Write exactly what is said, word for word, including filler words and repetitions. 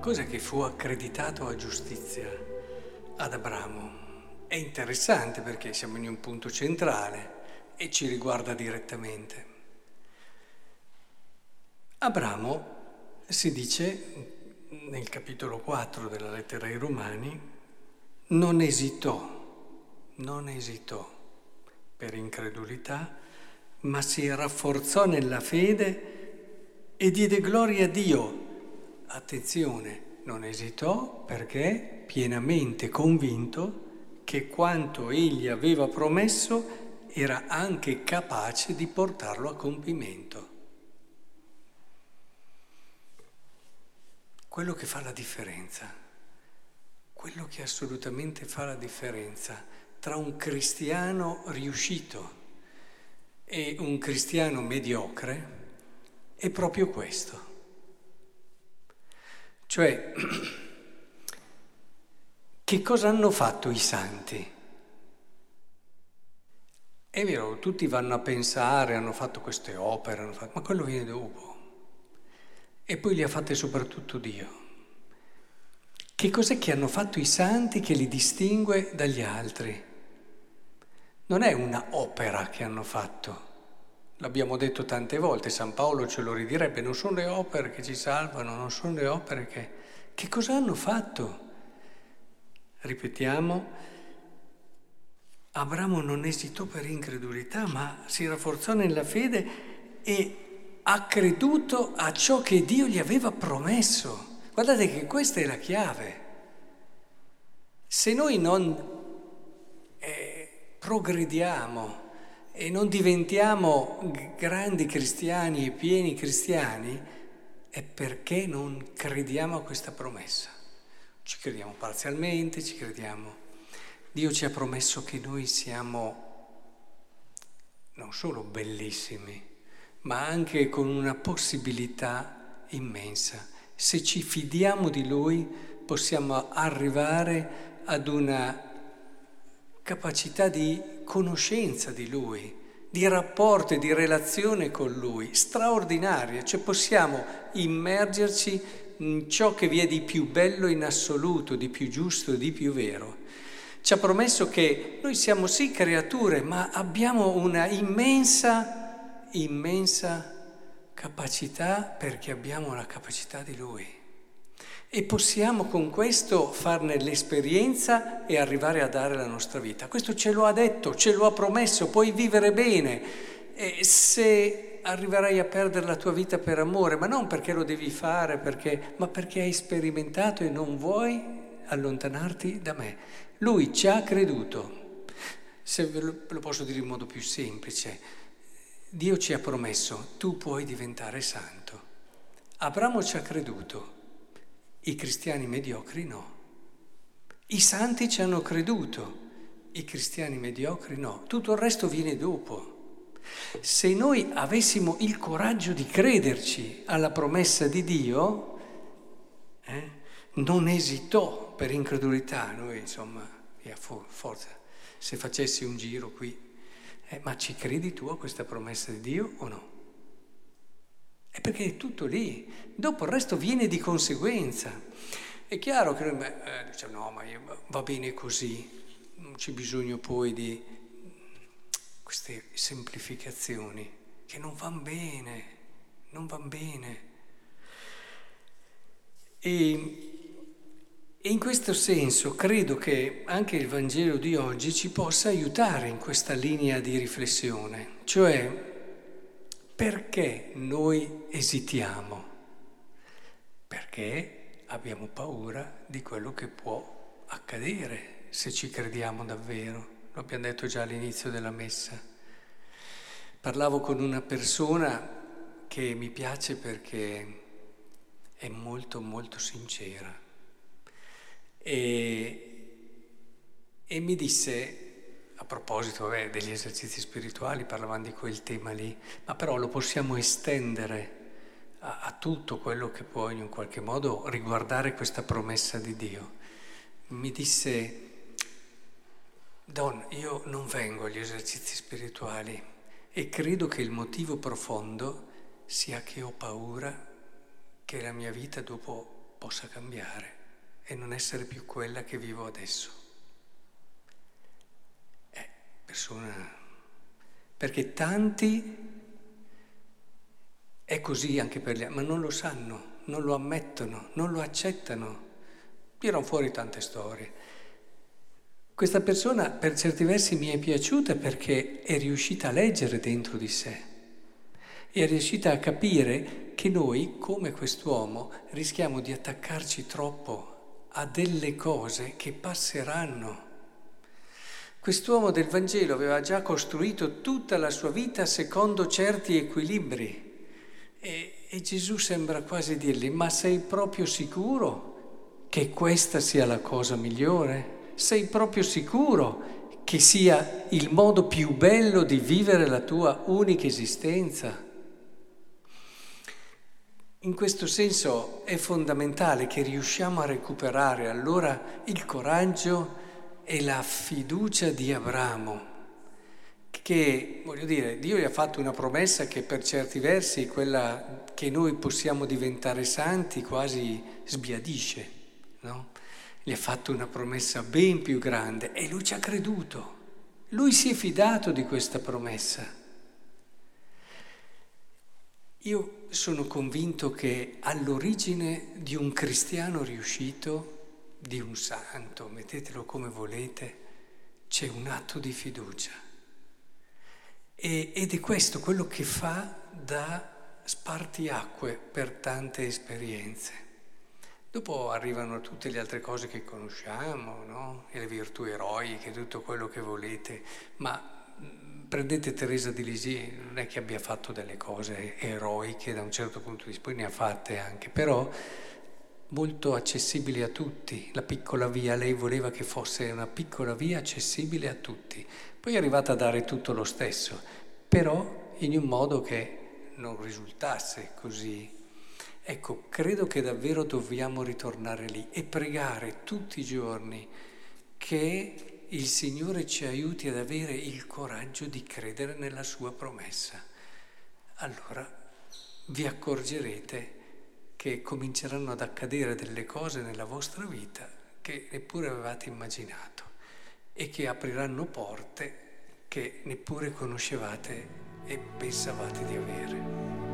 cos'è che fu accreditato a giustizia ad Abramo? È interessante perché siamo in un punto centrale e ci riguarda direttamente. Abramo, si dice nel capitolo quattro della lettera ai Romani, non esitò, non esitò per incredulità, ma si rafforzò nella fede e diede gloria a Dio. Attenzione, non esitò perché pienamente convinto che quanto egli aveva promesso era anche capace di portarlo a compimento. Quello che fa la differenza, quello che assolutamente fa la differenza tra un cristiano riuscito e un cristiano mediocre è proprio questo. Cioè, che cosa hanno fatto i santi? È vero, tutti vanno a pensare, hanno fatto queste opere, hanno fatto, ma quello viene dopo. E poi li ha fatte soprattutto Dio. Che cos'è che hanno fatto i santi che li distingue dagli altri? Non è una opera che hanno fatto. L'abbiamo detto tante volte, San Paolo ce lo ridirebbe, non sono le opere che ci salvano, non sono le opere che... Che cosa hanno fatto? Ripetiamo, Abramo non esitò per incredulità, ma si rafforzò nella fede e ha creduto a ciò che Dio gli aveva promesso. Guardate che questa è la chiave. Se noi non eh, progrediamo e non diventiamo grandi cristiani e pieni cristiani, è perché non crediamo a questa promessa. Ci crediamo parzialmente, ci crediamo. Dio ci ha promesso che noi siamo non solo bellissimi, ma anche con una possibilità immensa. Se ci fidiamo di Lui, possiamo arrivare ad una capacità di conoscenza di Lui, di rapporto e di relazione con Lui, straordinaria. Cioè possiamo immergerci in ciò che vi è di più bello in assoluto, di più giusto, di più vero. Ci ha promesso che noi siamo sì creature, ma abbiamo una immensa, immensa capacità perché abbiamo la capacità di Lui. E possiamo con questo farne l'esperienza e arrivare a dare la nostra vita. Questo ce lo ha detto, ce lo ha promesso, puoi vivere bene. E se arriverai a perdere la tua vita per amore, ma non perché lo devi fare, perché, ma perché hai sperimentato e non vuoi allontanarti da me. Lui ci ha creduto. Se ve lo, lo posso dire in modo più semplice, Dio ci ha promesso, tu puoi diventare santo. Abramo ci ha creduto. I cristiani mediocri no. I santi ci hanno creduto, i cristiani mediocri no. Tutto il resto viene dopo. Se noi avessimo il coraggio di crederci alla promessa di Dio, eh, non esitò per incredulità. Noi, insomma, via, forza, se facessi un giro qui, eh, ma ci credi tu a questa promessa di Dio o no? È perché è tutto lì, dopo il resto viene di conseguenza. È chiaro che noi eh, diciamo no, ma io, va bene così, non c'è bisogno poi di queste semplificazioni che non vanno bene, non vanno bene. E, e in questo senso credo che anche il Vangelo di oggi ci possa aiutare in questa linea di riflessione, cioè perché noi esitiamo? Perché abbiamo paura di quello che può accadere se ci crediamo davvero. Lo abbiamo detto già all'inizio della messa. Parlavo con una persona che mi piace perché è molto molto sincera e, e mi disse, a proposito vabbè, degli esercizi spirituali, parlavamo di quel tema lì, ma però lo possiamo estendere a, a tutto quello che può in un qualche modo riguardare questa promessa di Dio. Mi disse, Don, io non vengo agli esercizi spirituali e credo che il motivo profondo sia che ho paura che la mia vita dopo possa cambiare e non essere più quella che vivo adesso. Eh, persona... Perché tanti, è così anche per gli altri, ma non lo sanno, non lo ammettono, non lo accettano. Tirano fuori tante storie. Questa persona per certi versi mi è piaciuta perché è riuscita a leggere dentro di sé, è riuscita a capire che noi, come quest'uomo, rischiamo di attaccarci troppo a delle cose che passeranno. Quest'uomo del Vangelo aveva già costruito tutta la sua vita secondo certi equilibri e, e Gesù sembra quasi dirgli: ma sei proprio sicuro che questa sia la cosa migliore? Sei proprio sicuro che sia il modo più bello di vivere la tua unica esistenza? In questo senso è fondamentale che riusciamo a recuperare allora il coraggio e la fiducia di Abramo, che, voglio dire, Dio gli ha fatto una promessa che per certi versi, quella che noi possiamo diventare santi, quasi sbiadisce, no? Gli ha fatto una promessa ben più grande e lui ci ha creduto, lui si è fidato di questa promessa. Io sono convinto che all'origine di un cristiano riuscito, di un santo, mettetelo come volete, c'è un atto di fiducia. E, ed è questo quello che fa da spartiacque per tante esperienze. Dopo arrivano tutte le altre cose che conosciamo, no? E le virtù eroiche, tutto quello che volete, ma prendete Teresa di Lisieux, non è che abbia fatto delle cose eroiche da un certo punto di vista, poi ne ha fatte anche, però molto accessibili a tutti. La piccola via, lei voleva che fosse una piccola via accessibile a tutti. Poi è arrivata a dare tutto lo stesso, però in un modo che non risultasse così. Ecco, credo che davvero dobbiamo ritornare lì e pregare tutti i giorni che il Signore ci aiuti ad avere il coraggio di credere nella sua promessa. Allora vi accorgerete che cominceranno ad accadere delle cose nella vostra vita che neppure avevate immaginato e che apriranno porte che neppure conoscevate e pensavate di avere.